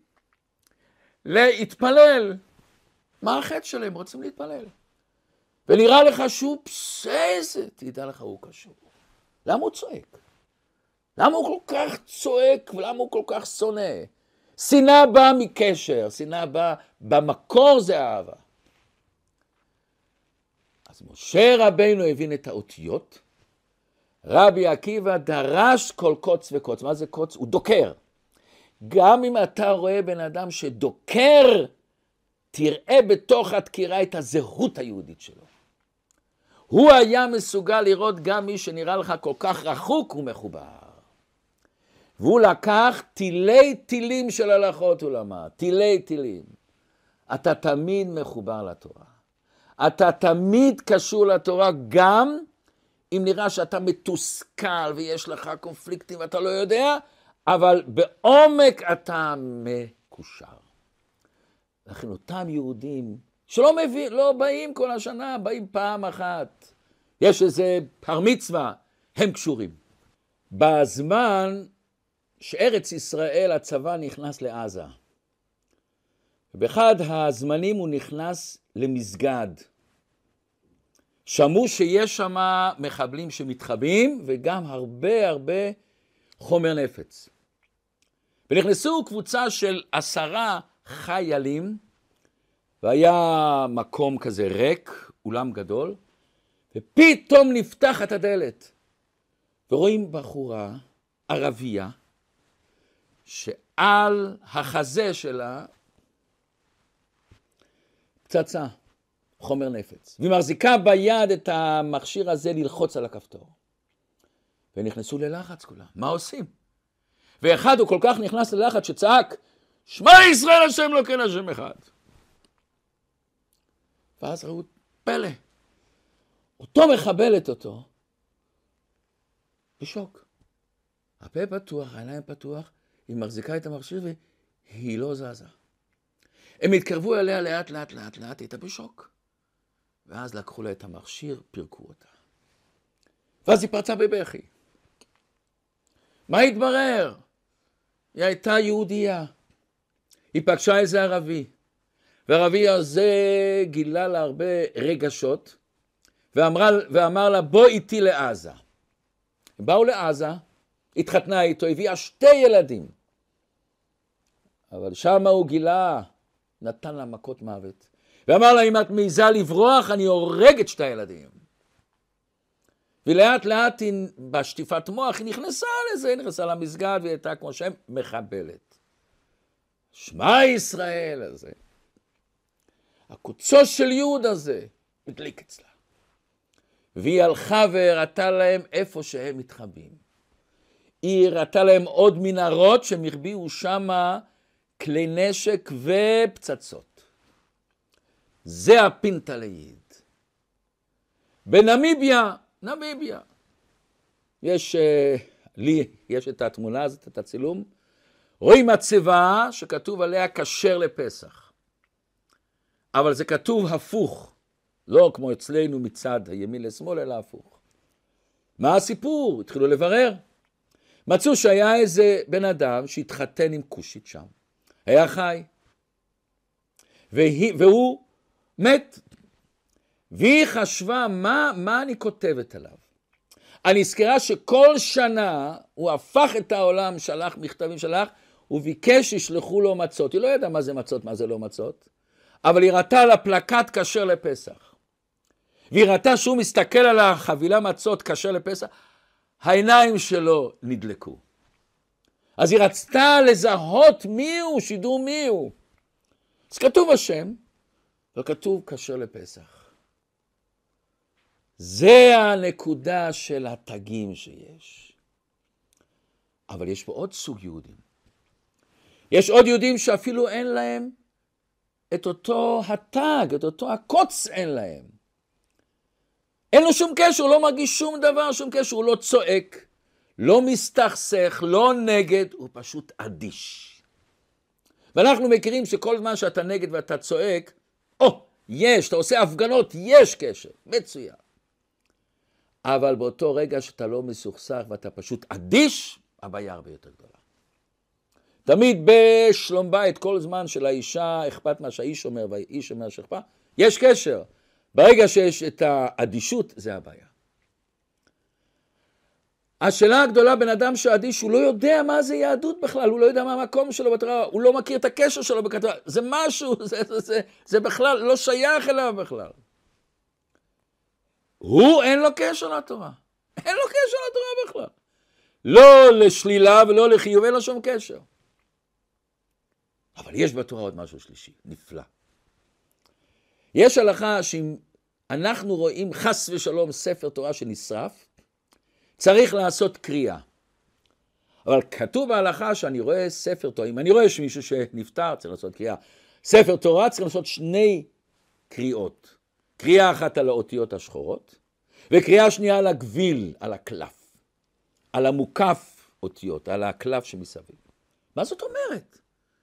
להתפלל. מה החטא שלהם? רוצים להתפלל. ונראה לך שהוא פססת, תדע לך, הוא קשור. למה הוא צועק? למה הוא כל כך צועק ולמה הוא כל כך שונא? שנאה באה מקשר, שנאה באה, במקור זה אהבה. משה רבינו הבין את האותיות, רבי עקיבא דרש כל קוץ וקוץ. מה זה קוץ? הוא דוקר. גם אם אתה רואה בן אדם שדוקר, תראה בתוך הדקירה את הזהות היהודית שלו. הוא היה מסוגל לראות גם מי שנראה לך כל כך רחוק ומחובר. והוא לקח תילי תילים של הלכות הוא למד, תילי תילים. אתה תמיד מחובר לתורה. אתה תמיד קשור לתורה, גם אם נראה שאתה מתוסכל ויש לך קונפליקטים ואתה לא יודע, אבל בעומק אתה מקושר. לכן אותם יהודים שלא מבין, לא באים כל השנה, באים פעם אחת. יש איזה בר מצווה, הם קשורים. בזמן שארץ ישראל הצבא נכנס לעזה, ובאחד הזמנים הוא נכנס למסגד. שמעו שיש שם מחבלים שמתחבאים, וגם הרבה חומר נפץ. ונכנסו קבוצה של 10 חיילים, והיה מקום כזה ריק, אולם גדול, ופתאום נפתחת הדלת, ורואים בחורה ערבייה, שעל החזה שלה פצצה, חומר נפץ, והיא מחזיקה ביד את המכשיר הזה ללחוץ על הכפתור. ונכנסו ללחץ כולם, מה עושים? ואחד הוא כל כך נכנס ללחץ שצעק, שמע ישראל השם לא כן השם אחד. ואז ראו פלא, אותו מחבלת אותו, בשוק. הפה פתוח, העיניים פתוח, היא מחזיקה את המכשיר והיא לא זזה. הם התקרבו אליה לאט, הייתה בשוק. ואז לקחו לה את המכשיר, פירקו אותה. ואז היא פרצה בבכי. מה התברר? היא הייתה יהודייה. היא פגשה איזה ערבי. והערבי הזה גילה לה הרבה רגשות, ואמר לה, בוא איתי לעזה. הם באו לעזה, התחתנה איתו, הביאה 2 ילדים. אבל שם הוא גילה, נתן לה מכות מוות. ואמר לה, אם את מעיזה לברוח, אני הורג את 2 ילדים. ולאט לאט בשטיפת מוח היא נכנסה לזה, נכנסה למסגד, והיא הייתה כמו שם מחבלת. שמע ישראל הזה, הקוצו של יהוד הזה, הדליק אצלה. והיא הלכה והראתה להם איפה שהם מתחבאים. היא הראתה להם עוד מנהרות שהם הרביעו שם כלי נשק ופצצות. זה הפינטה ליד. בנמיביה, יש את התמונה הזאת, את הצילום, רואים מצבה שכתוב עליה כשר לפסח. אבל זה כתוב הפוך, לא כמו אצלנו מצד הימין לשמאל, אלא הפוך. מה הסיפור? התחילו לברר. מצאו שהיה איזה בן אדם שהתחתן עם כושית שם. היה חי. והוא מת. והיא חשבה, מה אני כותבת עליו? אני נזכרה שכל שנה הוא הפך את העולם, שלח מכתבים, וביקש שישלחו לו מצות. היא לא ידעה מה זה מצות, מה זה לא מצות. אבל היא ראתה על הפלקט כשר לפסח. והיא ראתה שהוא מסתכל על החבילה מצות כשר לפסח, העיניים שלו נדלקו. אז היא רצתה לזהות מיהו, שידור מיהו. אז כתוב השם, וכתוב כשר לפסח. זה הנקודה של התגים שיש. אבל יש פה עוד סוג יהודים. יש עוד יהודים שאפילו אין להם את אותו התג, את אותו הקוץ אין להם. אין לו שום קשר, הוא לא מרגיש שום דבר, שום קשר, הוא לא צועק, לא מסתכסך, לא נגד, הוא פשוט אדיש. ואנחנו מכירים שכל זמן שאתה נגד ואתה צועק, אתה עושה הפגנות, יש קשר, מצוין. אבל באותו רגע שאתה לא מסוכסך ואתה פשוט אדיש, הבעיה הרבה יותר גדולה. תמיד בשלום בית, כל זמן של האישה אכפת מה שהאיש אומר והאיש אומר שאכפת, יש קשר. ברגע שיש את האדישות, זה הבעיה. השאלה הגדולה, בן אדם שאדיש, הוא לא יודע מה זה יהדות בכלל, הוא לא יודע מה המקום שלו בתורה, הוא לא מכיר את הקשר שלו בכתבה, זה משהו, זה בכלל לא שייך אליו בכלל. הוא אין לו קשר לתורה. אין לו קשר לתורה בכלל. לא לשלילה ולא לחיוב, אין לו שום קשר. אבל יש בתורה עוד משהו שלישי, נפלא. יש הלכה שאם אנחנו רואים חס ושלום ספר תורה שנשרף, צריך לעשות קריאה. אבל כתוב בהלכה שאני רואה ספר תורה, אם אני רואה שמישהו שנפטר, צריך לעשות קריאה. ספר תורה צריך לעשות 2 קריאות. קריאה אחת על האותיות השחורות, וקריאה שנייה על הגביל, על הקלף, על המוקף אותיות, על הקלף שמסביב. מה זאת אומרת?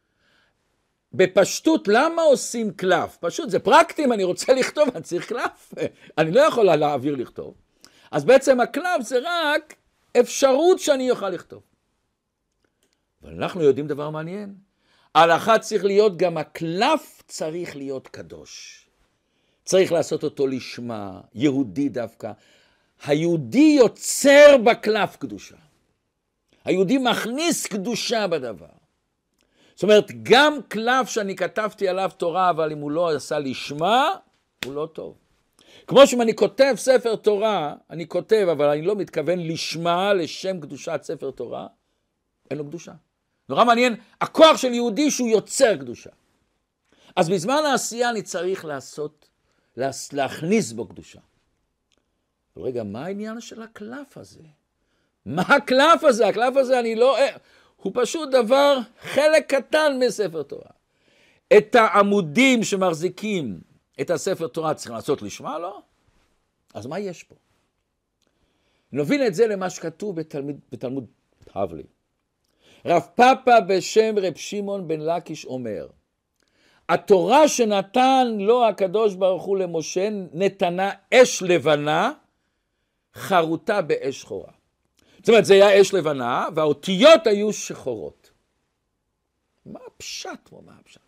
בפשטות, למה עושים קלף? פשוט, זה פרקטי, אם אני רוצה לכתוב, אני צריך קלף. אני לא יכול להעביר לכתוב. אז בעצם הקלף זה רק אפשרות שאני אוכל לכתוב. אבל אנחנו יודעים דבר מעניין. ההלכה צריך להיות, גם הקלף צריך להיות קדוש. צריך לעשות אותו לשמה, יהודי דווקא. היהודי יוצר בקלף קדושה. היהודי מכניס קדושה בדבר. זאת אומרת, גם קלף שאני כתבתי עליו תורה, אבל אם הוא לא עשה לשמה, הוא לא טוב. כמו שאם אני כותב ספר תורה, אני כותב, אבל אני לא מתכוון לשמה, לשם קדושת ספר תורה, אין לו קדושה. נורא מעניין, הכוח של יהודי שהוא יוצר קדושה. אז בזמן העשייה אני צריך להכניס בו קדושה. רגע, מה העניין של הקלף הזה? מה הקלף הזה? הקלף הזה הוא פשוט דבר, חלק קטן מספר תורה. את העמודים שמחזיקים את הספר תורה צריכים לעשות לשמה, לא? אז מה יש פה? נוביל את זה למה שכתוב בתלמוד בבלי. רב פאפא בשם רב שמעון בן לקיש אומר, התורה שנתן לו הקדוש ברוך הוא למשה נתנה אש לבנה חרוטה באש שחורה. זאת אומרת, זה היה אש לבנה והאותיות היו שחורות. מה הפשט? מה הפשט?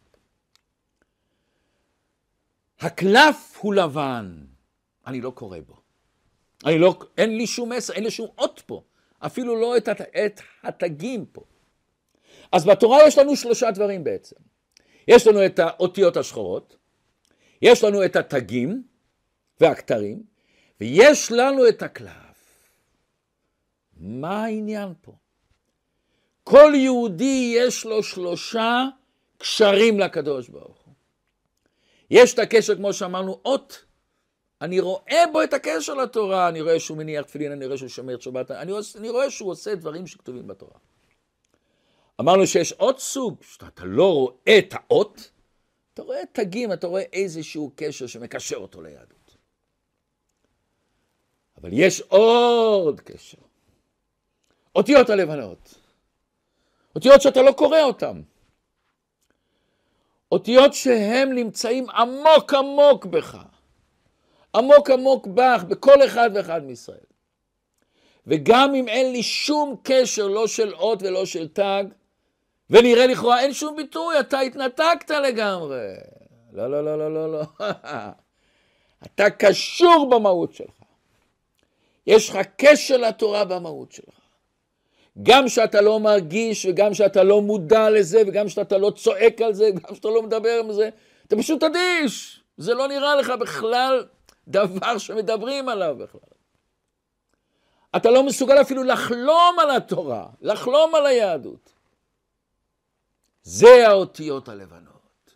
הקלף הוא לבן, אני לא קורא בו. אין לי שום מסר, אין לי שום אות פה. אפילו לא את התגים פה. אז בתורה יש לנו 3 דברים בעצם. יש לנו את האותיות השחורות, יש לנו את התגים והכתרים, ויש לנו את הקלף. מה העניין פה? כל יהודי יש לו 3 קשרים לקדוש ברוך הוא. יש את הקשר, כמו שאמרנו, אות. אני רואה בו את הקשר לתורה, אני רואה שהוא מניח תפילין, אני רואה שהוא שומר שבת, אני רואה שהוא עושה דברים שכתובים בתורה. אמרנו שיש עוד סוג, שאתה לא רואה את האות, אתה רואה תגים, אתה רואה איזשהו קשר שמקשר אותו ליהדות. אבל יש עוד קשר. אותיות הלבנות. אותיות שאתה לא קורא אותן. אותיות שהם נמצאים עמוק עמוק בך. עמוק עמוק בך, בכל אחד ואחד מישראל. וגם אם אין לי שום קשר, לא של אות ולא של תג, ונראה לכאורה, אין שום ביטוי, אתה התנתקת לגמרי. לא, לא, לא, לא, לא, לא. אתה קשור במהות שלך. יש לך קשר לתורה במהות שלך. גם שאתה לא מרגיש, וגם שאתה לא מודע לזה, וגם שאתה לא צועק על זה, וגם שאתה לא מדבר על זה, אתה פשוט אדיש. זה לא נראה לך בכלל דבר שמדברים עליו בכלל. אתה לא מסוגל אפילו לחלום על התורה, לחלום על היהדות. זה האותיות הלבנות.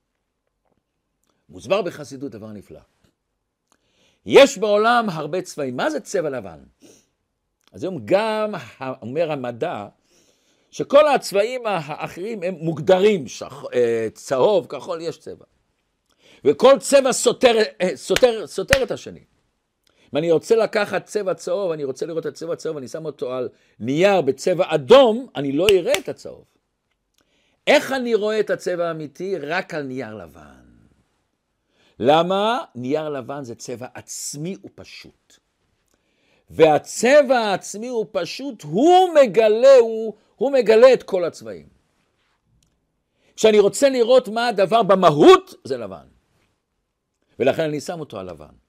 מוסבר בחסידות דבר נפלא. יש בעולם הרבה צבעים. מה זה צבע לבן? אז היום גם אומר המדע, שכל הצבעים האחרים הם מוגדרים, צהוב, כחול, יש צבע. וכל צבע סותר את השני. אם אני רוצה לקחת צבע צהוב, אני רוצה לראות את הצבע צהוב, אני שם אותו על נייר בצבע אדום, אני לא אראה את הצהוב. איך אני רואה את הצבע האמיתי? רק על נייר לבן. למה? נייר לבן זה צבע עצמי ופשוט. והצבע העצמי ופשוט, הוא מגלה את כל הצבעים. כשאני רוצה לראות מה הדבר במהות, זה לבן. ולכן אני שם אותו על לבן.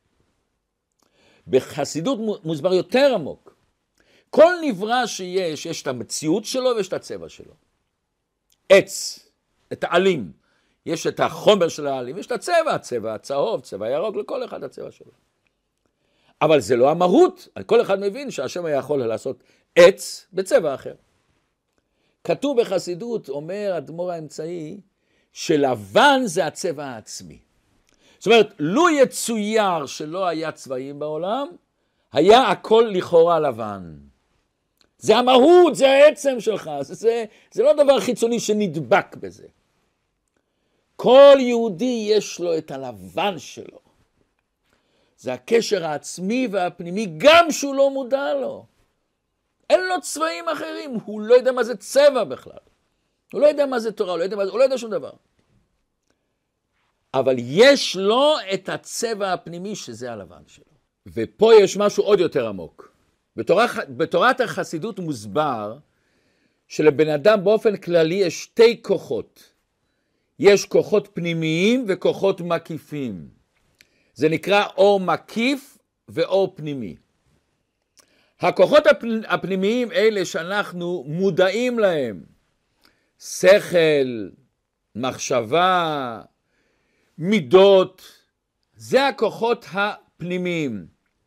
בחסידות מוסבר יותר עמוק. כל נברא יש את המציאות שלו ויש את הצבע שלו. עץ, את העלים, יש את החומר של העלים, יש את הצבע, הצבע הצהוב, צבע ירוק, לכל אחד הצבע שלו. אבל זה לא המהות. כל אחד מבין שהשם היה יכול לעשות עץ בצבע אחר. כתוב בחסידות, אומר האדמו"ר האמצעי, שלבן זה הצבע העצמי. זאת אומרת, לו יצויר שלא היה צבעים בעולם, היה הכל לכאורה לבן. זה המהות, זה העצם שלך, זה לא דבר חיצוני שנדבק בזה. כל יהודי יש לו את הלבן שלו. זה הקשר העצמי והפנימי, גם שהוא לא מודע לו. אין לו צבעים אחרים, הוא לא יודע מה זה צבע בכלל. הוא לא יודע מה זה תורה, הוא לא יודע שום דבר. אבל יש לו את הצבע הפנימי שזה הלבן שלו. ופה יש משהו עוד יותר עמוק. בתורת החסידות מוסבר שלבן אדם באופן כללי יש שתי כוחות. יש כוחות פנימיים וכוחות מקיפים. זה נקרא אור מקיף ואור פנימי. הכוחות הפנימיים אלה שאנחנו מודעים להם, שכל, מחשבה, מידות, זה הכוחות הפנימיים.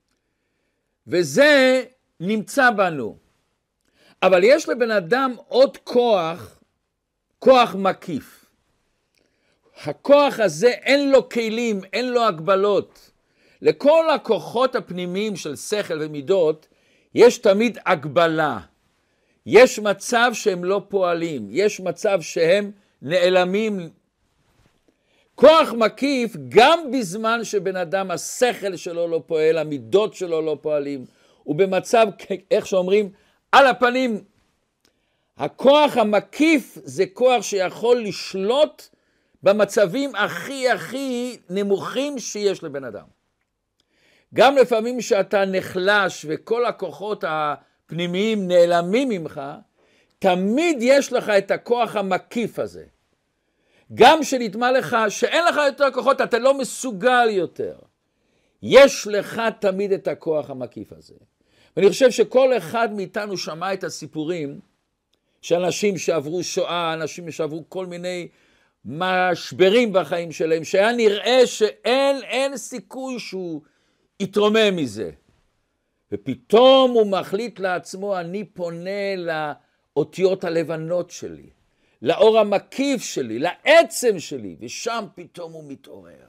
וזה נמצא בנו. אבל יש לבן אדם עוד כוח מקיף. הכוח הזה אין לו כלים, אין לו הגבלות. לכל הכוחות הפנימיים של שכל ומידות, יש תמיד הגבלה. יש מצב שהם לא פועלים, יש מצב שהם נעלמים. כוח מקיף, גם בזמן שבן אדם השכל שלו לא פועל, המידות שלו לא פועלים, הוא במצב, איך שאומרים, על הפנים. הכוח המקיף זה כוח שיכול לשלוט במצבים הכי נמוכים שיש לבן אדם. גם לפעמים שאתה נחלש וכל הכוחות הפנימיים נעלמים ממך, תמיד יש לך את הכוח המקיף הזה. גם שנתמה לך שאין לך יותר כוחות, אתה לא מסוגל יותר. יש לך תמיד את הכוח המקיף הזה. ואני חושב שכל אחד מאיתנו שמע את הסיפורים, שאנשים שעברו שואה, אנשים שעברו כל מיני משברים בחיים שלהם, שהיה נראה שאין סיכוי שהוא יתרומם מזה. ופתאום הוא מחליט לעצמו, אני פונה לאותיות הלבנות שלי, לאור המקיף שלי, לעצם שלי, ושם פתאום הוא מתעורר.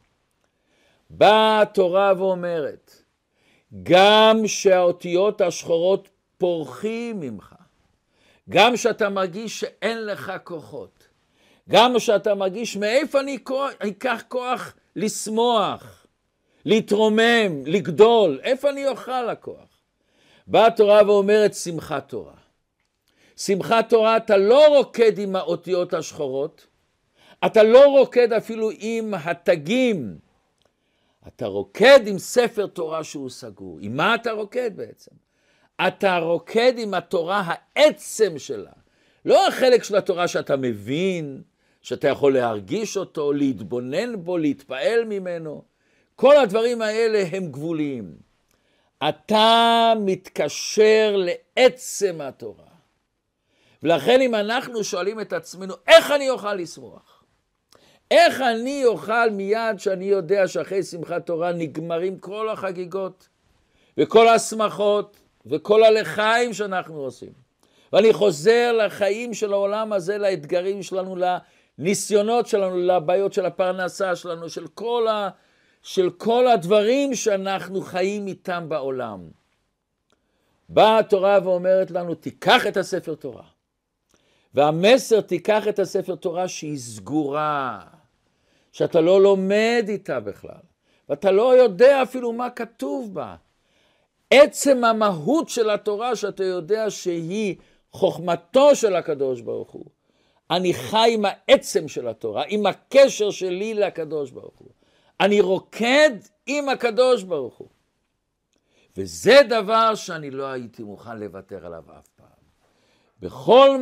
באה התורה ואומרת, גם שהאותיות השחורות פורחים ממך, גם שאתה מרגיש שאין לך כוחות, גם שאתה מרגיש מאיפה אני אקח כוח לשמוח, להתרומם, לגדול, איפה אני אוכל הכוח? באה התורה ואומרת שמחת תורה. שמחת תורה אתה לא רוקד עם האותיות השחורות, אתה לא רוקד אפילו עם התגים, אתה רוקד עם ספר תורה שהוא סגור. עם מה אתה רוקד בעצם? אתה רוקד עם התורה העצם שלה. לא החלק של התורה שאתה מבין, שאתה יכול להרגיש אותו, להתבונן בו, להתפעל ממנו. כל הדברים האלה הם גבוליים. אתה מתקשר לעצם התורה. ולכן אם אנחנו שואלים את עצמנו, איך אני אוכל לשמוח? איך אני אוכל מיד שאני יודע שאחרי שמחת תורה נגמרים כל החגיגות, וכל השמחות, וכל הלחיים שאנחנו עושים. ואני חוזר לחיים של העולם הזה, לאתגרים שלנו, לניסיונות שלנו, לבעיות של הפרנסה שלנו, של כל הדברים שאנחנו חיים איתם בעולם. באה התורה ואומרת לנו, תיקח את הספר תורה. והמסר, תיקח את הספר תורה שהיא סגורה, שאתה לא לומד איתה בכלל, ואתה לא יודע אפילו מה כתוב בה. עצם המהות של התורה שאתה יודע שהיא חוכמתו של הקדוש ברוך הוא. אני חי עם העצם של התורה, עם הקשר שלי לקדוש ברוך הוא. אני רוקד עם הקדוש ברוך הוא. וזה דבר שאני לא הייתי מוכן לוותר עליו אף פעם. בכל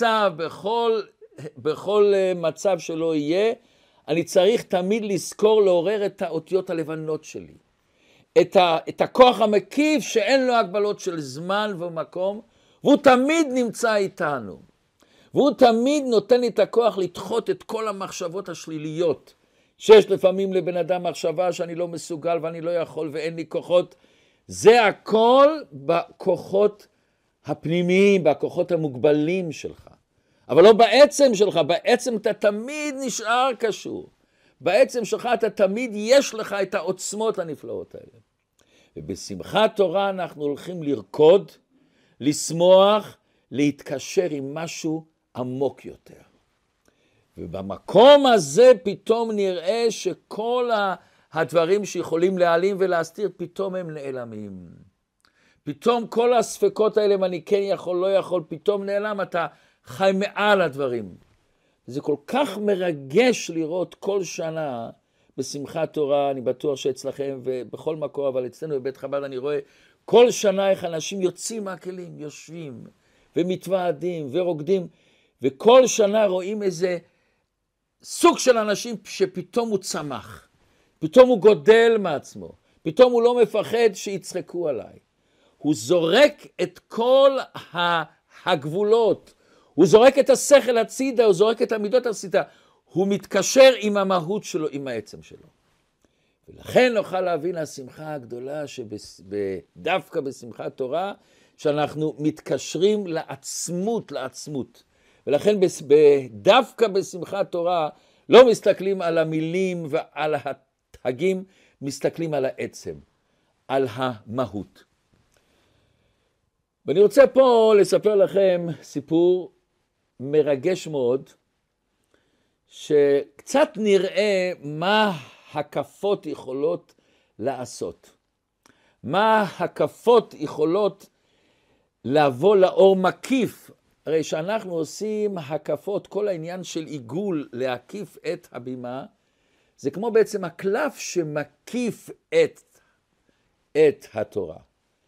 מצב שלא יהיה, אני צריך תמיד לזכור לעורר את האותיות הלבנות שלי. את הכוח המקיף שאין לו הגבלות של זמן ומקום, והוא תמיד נמצא איתנו. והוא תמיד נותן לי את הכוח לדחות את כל המחשבות השליליות. שיש לפעמים לבן אדם מחשבה שאני לא מסוגל ואני לא יכול ואין לי כוחות, זה הכל בכוחות הפנימיים, בכוחות המוגבלים שלך. אבל לא בעצם שלך, בעצם אתה תמיד נשאר קשור. בעצם שלך אתה תמיד יש לך את העוצמות הנפלאות האלה. ובשמחת תורה אנחנו הולכים לרקוד, לשמוח, להתקשר עם משהו עמוק יותר. ובמקום הזה פתאום נראה שכל הדברים שיכולים להעלים ולהסתיר, פתאום הם נעלמים. פתאום כל הספקות האלה, אם אני כן יכול, לא יכול, פתאום נעלם, אתה חי מעל הדברים. זה כל כך מרגש לראות כל שנה בשמחת תורה, אני בטוח שאצלכם ובכל מקום, אבל אצלנו בבית חב"ד אני רואה כל שנה איך אנשים יוצאים מהכלים, יושבים ומתוועדים ורוקדים, וכל שנה רואים איזה סוג של אנשים שפתאום הוא צמח, פתאום הוא גודל מעצמו, פתאום הוא לא מפחד שיצחקו עליי. הוא זורק את כל הגבולות, הוא זורק את השכל הצידה, הוא זורק את המידות הצידה, הוא מתקשר עם המהות שלו, עם העצם שלו. ולכן נוכל להבין השמחה הגדולה שדווקא בשמחת תורה, שאנחנו מתקשרים לעצמות, לעצמות. ולכן דווקא בשמחת תורה לא מסתכלים על המילים ועל התגים, מסתכלים על העצם, על המהות. ואני רוצה פה לספר לכם סיפור מרגש מאוד, שקצת נראה מה הקפות יכולות לעשות. מה הקפות יכולות לבוא לאור מקיף. הרי שאנחנו עושים הקפות, כל העניין של עיגול להקיף את הבימה, זה כמו בעצם הקלף שמקיף את התורה.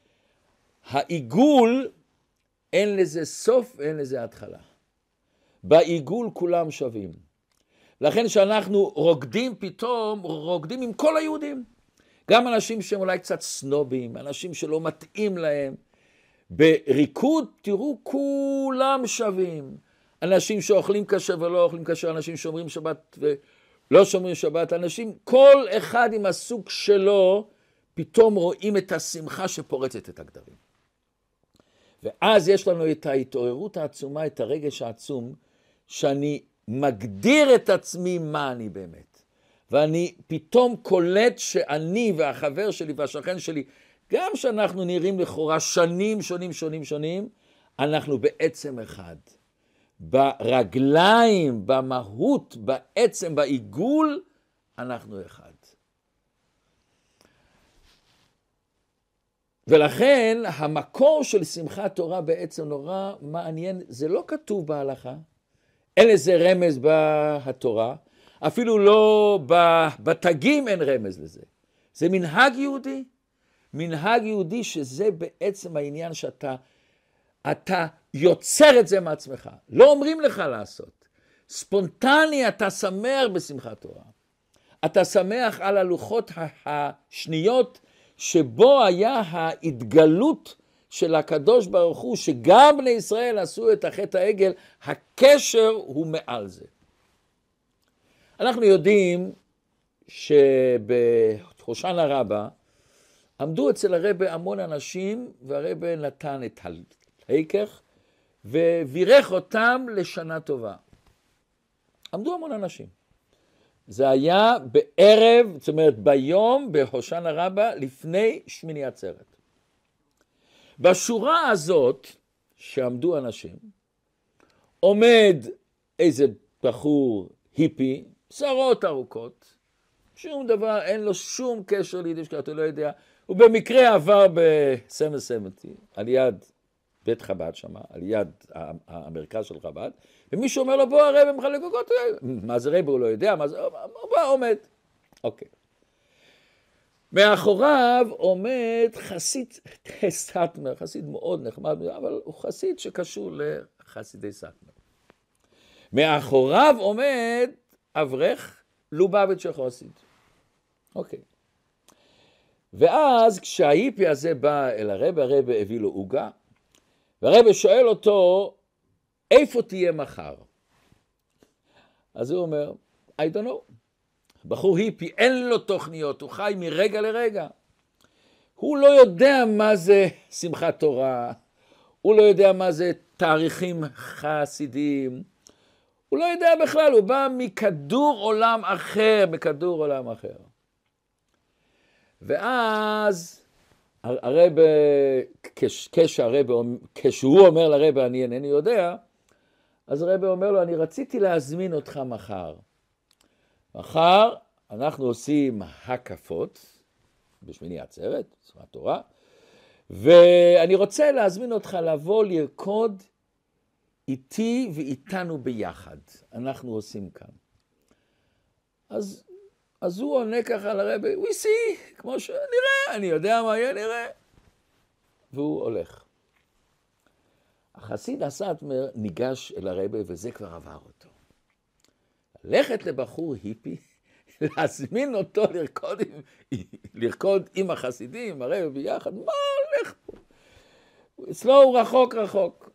העיגול אין לזה סוף ואין לזה התחלה. בעיגול כולם שווים. לכן שאנחנו רוקדים פתאום, רוקדים עם כל היהודים. גם אנשים שהם אולי קצת סנובים, אנשים שלא מתאים להם. בריקוד, תראו, כולם שווים. אנשים שאוכלים כשר ולא אוכלים כשר, אנשים שומרים שבת ולא שומרים שבת, אנשים, כל אחד עם הסוג שלו, פתאום רואים את השמחה שפורצת את הגדרים. ואז יש לנו את ההתעוררות העצומה, את הרגש העצום, שאני מגדיר את עצמי מה אני באמת. ואני פתאום קולט שאני והחבר שלי והשכן שלי, גם שאנחנו נראים לכאורה שנים שונים, אנחנו בעצם אחד. ברגליים, במהות, בעצם, בעיגול, אנחנו אחד. ולכן המקור של שמחת תורה בעצם נורא מעניין, זה לא כתוב בהלכה, אין לזה רמז בתורה, אפילו לא בתגים אין רמז לזה. זה מנהג יהודי, מנהג יהודי שזה בעצם העניין שאתה יוצר את זה מעצמך, לא אומרים לך לעשות. ספונטני אתה שמח בשמחת תורה, אתה שמח על הלוחות השניות, שבו היה ההתגלות של הקדוש ברוך הוא, שגם בני ישראל עשו את החטא העגל, הקשר הוא מעל זה. אנחנו יודעים שבהושענא רבה, עמדו אצל הרבי המון אנשים, והרבי נתן את הלקח, ווירך אותם לשנה טובה. עמדו המון אנשים. זה היה בערב, זאת אומרת ביום, בהושענא רבה, לפני שמיני עצרת. בשורה הזאת, שעמדו אנשים, עומד איזה בחור היפי, שערות ארוכות, שום דבר, אין לו שום קשר ליידיש, כי אתה לא יודע, הוא במקרה עבר ב-770, על יד בית חב"ד שם, על יד המרכז של חב"ד, ומישהו אומר לו, בוא הרב מחלק עוגות, מה זה רב, הוא לא יודע, מה זה, הוא בא, עומד. אוקיי. מאחוריו עומד חסיד סאטמר, חסיד מאוד נחמד, אבל הוא חסיד שקשור לחסידי סאטמר. מאחוריו עומד אברך לובביץ' חסיד. אוקיי. ואז כשההיפי הזה בא אל הרב, הרב הביא לו עוגה, והרב שואל אותו, איפה תהיה מחר? אז הוא אומר, I don't know. בחור היפי, אין לו תוכניות, הוא חי מרגע לרגע. הוא לא יודע מה זה שמחת תורה, הוא לא יודע מה זה תאריכים חסידיים, הוא לא יודע בכלל, הוא בא מכדור עולם אחר, ואז הרב, כשהוא אומר לרב, אני אינני יודע, אז הרב אומר לו, אני רציתי להזמין אותך מחר. מחר אנחנו עושים הקפות, בשמיני עצרת, שמחת תורה, ואני רוצה להזמין אותך לבוא לרקוד איתי ואיתנו ביחד. אנחנו עושים כאן. אז הוא עונה ככה לרב, we see, כמו שנראה, אני יודע מה יהיה, נראה. והוא הולך. החסיד הסאטמר ניגש אל הרב, וזה כבר עבר אותו. ללכת לבחור היפי, להזמין אותו לרקוד עם החסידים, עם הרב ביחד, מה הולך פה? אצלו הוא רחוק.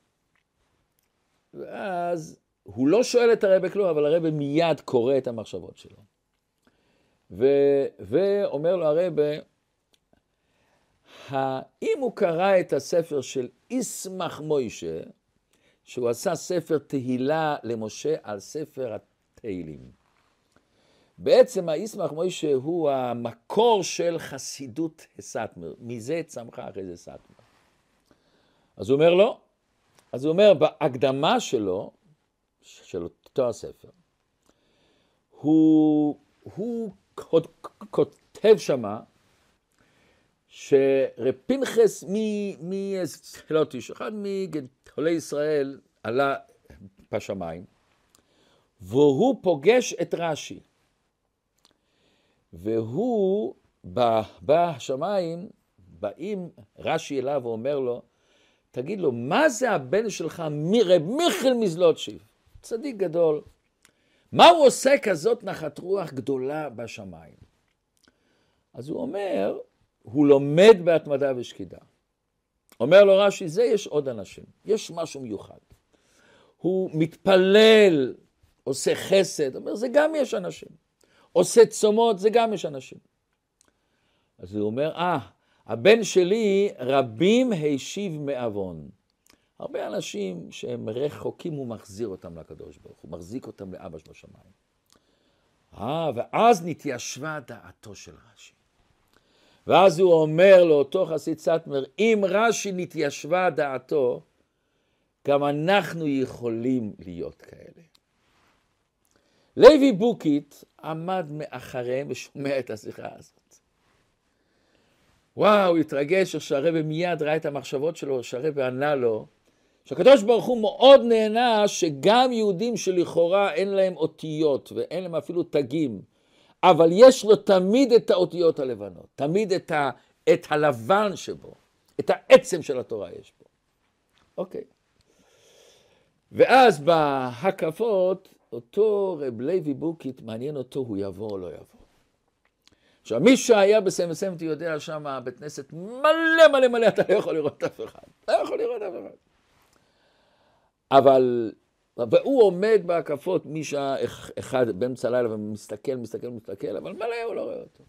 ואז הוא לא שואל את הרב כלום, אבל הרב מיד קורא את המחשבות שלו. ואומר לו הרב, אם הוא קרא את הספר של ישמח מוישה, שהוא עשה ספר תהילה למשה על ספר התהילים. בעצם הישמח מוישה הוא המקור של חסידות הסאטמר, מזה צמחה אחרי זה סאטמר. אז הוא אומר לו, אז הוא אומר בהקדמה שלו, של אותו הספר, הוא כותב שמה, שרב פנחס מסלוטיש, אחד מגדולי ישראל, עלה בשמיים, והוא פוגש את רש"י. והוא בשמיים, באים רש"י אליו ואומר לו, תגיד לו, מה זה הבן שלך רב מיכאל מזלוטשיב? צדיק גדול. מה הוא עושה כזאת נחת רוח גדולה בשמיים? אז הוא אומר, הוא לומד בהתמדה ושקידה. אומר לו רש"י, זה יש עוד אנשים, יש משהו מיוחד. הוא מתפלל, עושה חסד, אומר, זה גם יש אנשים. עושה צומות, זה גם יש אנשים. אז הוא אומר, הבן שלי רבים הישיב מעוון. הרבה אנשים שהם רחוקים הוא מחזיר אותם לקדוש ברוך הוא, מחזיק אותם לאבא שלו שמיים. ואז נתיישבה דעתו של רש"י. ואז הוא אומר לאותו חסיד סאטמר, אם רש"י נתיישבה דעתו, גם אנחנו יכולים להיות כאלה. לוי בוקית עמד מאחריהם ושומע את השיחה הזאת. וואו, התרגש שהרבא מיד ראה את המחשבות שלו, שהרבא ענה לו, שהקדוש ברוך הוא מאוד נהנה שגם יהודים שלכאורה אין להם אותיות ואין להם אפילו תגים, אבל יש לו תמיד את האותיות הלבנות, תמיד את הלבן שבו, את העצם של התורה יש בו. אוקיי. ואז בהקפות, אותו רב לוי בוקית, מעניין אותו, הוא יבוא או לא יבוא. עכשיו, מי שהיה בסמסמת יודע שם, בית כנסת מלא, אתה לא יכול לראות אף אחד. אבל, והוא עומד בהקפות משעה אחד באמצע הלילה ומסתכל, אבל מלא הוא לא רואה אותו.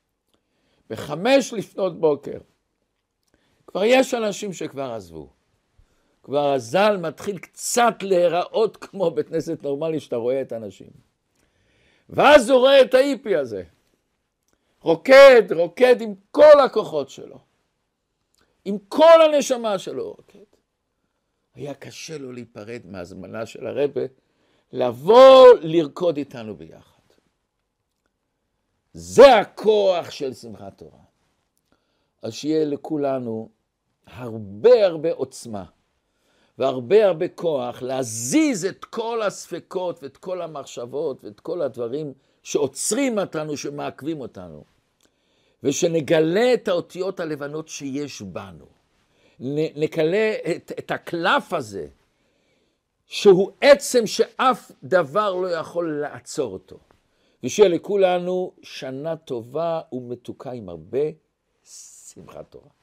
5 לפנות בוקר, כבר יש אנשים שכבר עזבו. כבר הזל מתחיל קצת להיראות כמו בית כנסת נורמלי שאתה רואה את האנשים. ואז הוא רואה את האיפי הזה. רוקד עם כל הכוחות שלו. עם כל הנשמה שלו רוקד. היה קשה לו להיפרד מהזמנה של הרבא, לבוא לרקוד איתנו ביחד. זה הכוח של שמחת תורה. אז שיהיה לכולנו הרבה עוצמה, והרבה כוח להזיז את כל הספקות ואת כל המחשבות ואת כל הדברים שעוצרים אותנו, שמעכבים אותנו. ושנגלה את האותיות הלבנות שיש בנו. נגלה את הקלף הזה, שהוא עצם שאף דבר לא יכול לעצור אותו. ושיהיה לכולנו שנה טובה ומתוקה עם הרבה שמחת תורה.